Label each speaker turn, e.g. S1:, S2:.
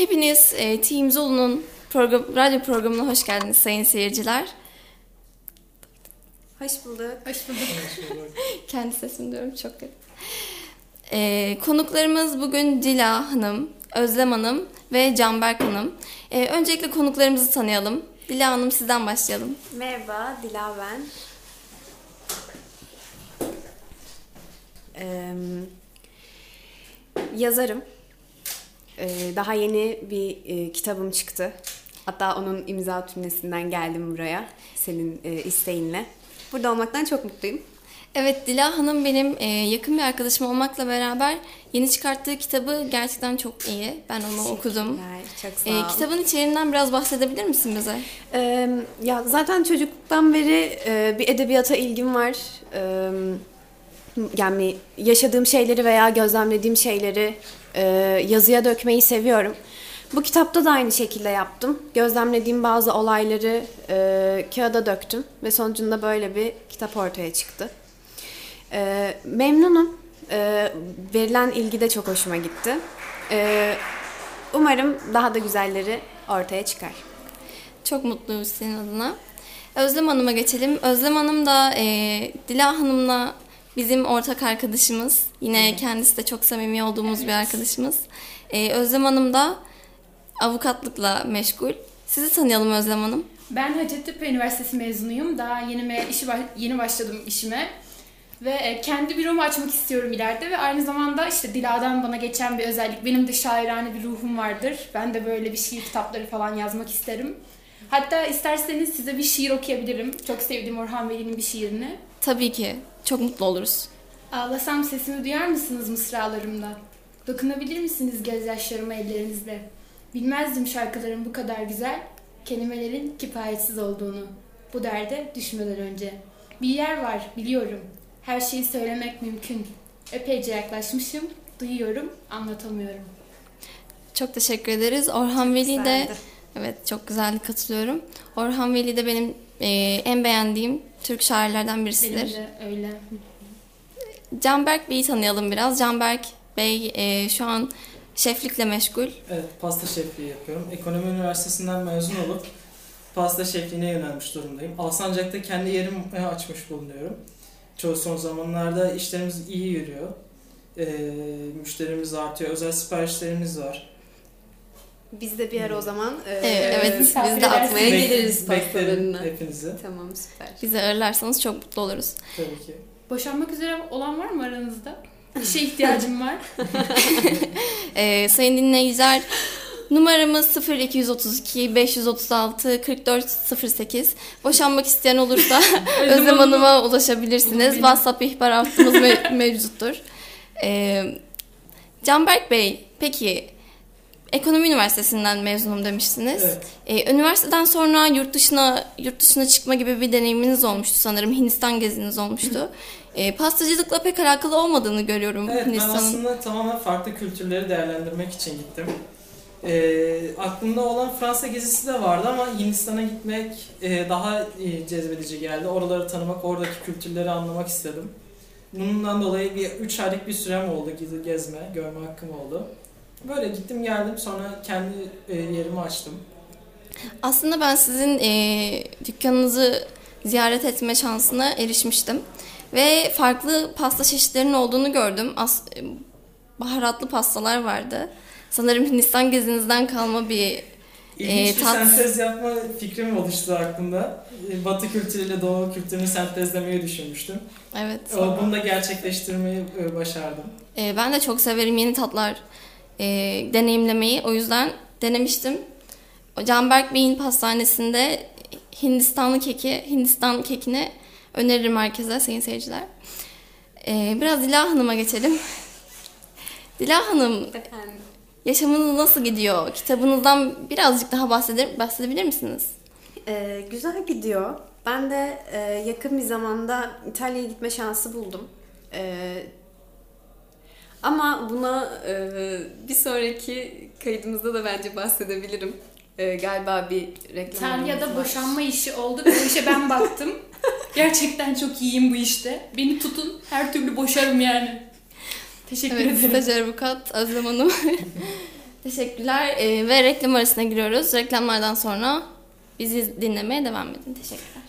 S1: Hepiniz Team Zulu'nun radyo programına hoş geldiniz sayın seyirciler.
S2: Hoş bulduk.
S3: Hoş bulduk.
S1: Kendi sesim diyorum, çok kötü. Konuklarımız bugün Dila Hanım, Özlem Hanım ve Canberk Hanım. Öncelikle konuklarımızı tanıyalım. Dila Hanım, sizden başlayalım.
S2: Merhaba, Dila ben. Yazarım. Daha yeni bir kitabım çıktı. Hatta onun imza turnesinden geldim buraya senin isteğinle. Burada olmaktan çok mutluyum.
S1: Evet, Dila Hanım benim yakın bir arkadaşım olmakla beraber yeni çıkarttığı kitabı gerçekten çok iyi. Ben onu okudum.
S2: Çok sağ ol.
S1: Kitabın içeriğinden biraz bahsedebilir misin bize?
S2: Ya zaten çocukluktan beri bir edebiyata ilgim var. Yani yaşadığım şeyleri veya gözlemlediğim şeyleri yazıya dökmeyi seviyorum. Bu kitapta da aynı şekilde yaptım. Gözlemlediğim bazı olayları kağıda döktüm ve sonucunda böyle bir kitap ortaya çıktı. Memnunum. Verilen ilgi de çok hoşuma gitti. Umarım daha da güzelleri ortaya çıkar.
S1: Çok mutluyuz senin adına. Özlem Hanım'a geçelim. Özlem Hanım da Dila Hanım'la bizim ortak arkadaşımız. Yine kendisi de çok samimi olduğumuz bir arkadaşımız. Özlem Hanım da avukatlıkla meşgul. Sizi tanıyalım Özlem Hanım.
S3: Ben Hacettepe Üniversitesi mezunuyum. Daha yeni başladım işime. Ve kendi büromu açmak istiyorum ileride ve aynı zamanda işte Dila'dan bana geçen bir özellik. Benim de şairane bir ruhum vardır. Ben de böyle bir şiir kitapları falan yazmak isterim. Hatta isterseniz size bir şiir okuyabilirim. Çok sevdiğim Orhan Veli'nin bir şiirini.
S1: Tabii ki. Çok mutlu oluruz.
S3: Ağlasam sesimi duyar mısınız mısralarımda? Dokunabilir misiniz gözyaşlarıma ellerinizle? Bilmezdim şarkıların bu kadar güzel, kelimelerin kifayetsiz olduğunu. Bu derde düşmeden önce. Bir yer var, biliyorum. Her şeyi söylemek mümkün. Epeyce yaklaşmışım, duyuyorum, anlatamıyorum.
S1: Çok teşekkür ederiz. Orhan Veli de,
S2: güzeldi.
S1: evet, çok güzel, katılıyorum. Orhan Veli de benim en beğendiğim Türk şairlerden birisidir.
S3: Benim de öyle.
S1: Canberk Bey'i tanıyalım biraz. Canberk Bey şu an şeflikle meşgul.
S4: Evet, pasta şefliği yapıyorum. Ekonomi Üniversitesi'nden mezun olup pasta şefliğine yönelmiş durumdayım. Alsancak'ta kendi yerimi açmış bulunuyorum. Son zamanlarda işlerimiz iyi yürüyor. Müşterimiz artıyor, özel siparişlerimiz var.
S2: Biz de bir ara o zaman
S1: evet,
S2: biz de atmaya geliriz pastalarını.
S4: Hepinizi.
S2: Tamam, süper.
S1: Bizi ağırlarsanız çok mutlu oluruz.
S4: Tabii ki.
S3: Boşanmak üzere olan var mı aranızda? İşe ihtiyacım var.
S1: Sayın dinleyiciler, numaramız 0232 536 4408. Boşanmak isteyen olursa Özlem Hanım'a ulaşabilirsiniz. WhatsApp ihbar hattımız mevcuttur. Canberk Bey, peki Ekonomi Üniversitesi'nden mezunum demiştiniz.
S4: Evet.
S1: Üniversiteden sonra yurt dışına çıkma gibi bir deneyiminiz olmuştu sanırım. Hindistan geziniz olmuştu. Pastacılıkla pek alakalı olmadığını görüyorum
S4: Evet, ben
S1: Hindistan'ın.
S4: aslında tamamen farklı kültürleri değerlendirmek için gittim. Aklımda olan Fransa gezisi de vardı ama Hindistan'a gitmek daha cezbedici geldi. Oraları tanımak, oradaki kültürleri anlamak istedim. Bundan dolayı 3 aylık bir sürem oldu gezme, görme hakkım oldu. Böyle gittim geldim, sonra kendi yerimi açtım.
S1: Aslında ben sizin dükkanınızı ziyaret etme şansına erişmiştim. Ve farklı pasta çeşitlerinin olduğunu gördüm. Baharatlı pastalar vardı. Sanırım Hindistan gezinizden kalma bir
S4: İlginç bir
S1: tat.
S4: sentez yapma fikrim oluştu aklımda. Batı kültürüyle Doğu kültürünü sentezlemeyi düşünmüştüm.
S1: Evet.
S4: Bunu da gerçekleştirmeyi başardım.
S1: Ben de çok severim yeni tatlar deneyimlemeyi. O yüzden denemiştim. Canberk Bey'in pastanesinde Hindistan kekini öneririm herkese sayın seyirciler. Biraz Dila Hanım'a geçelim. Dila Hanım,
S2: Efendim.
S1: yaşamınız nasıl gidiyor? Kitabınızdan birazcık daha bahsedebilir misiniz?
S2: Güzel gidiyor. Ben de yakın bir zamanda İtalya'ya gitme şansı buldum. Ama buna bir sonraki kaydımızda da bence bahsedebilirim. Galiba bir reklam
S3: İtalya'da boşanma işi oldu ve bu işe ben baktım. Gerçekten çok iyiyim bu işte. Beni tutun, her türlü boşarım yani. Teşekkür
S1: Evet,
S3: ederim.
S1: stajyer avukat Özlem Hanım. Teşekkürler ve reklam arasına giriyoruz. Reklamlardan sonra bizi dinlemeye devam edin. Teşekkürler.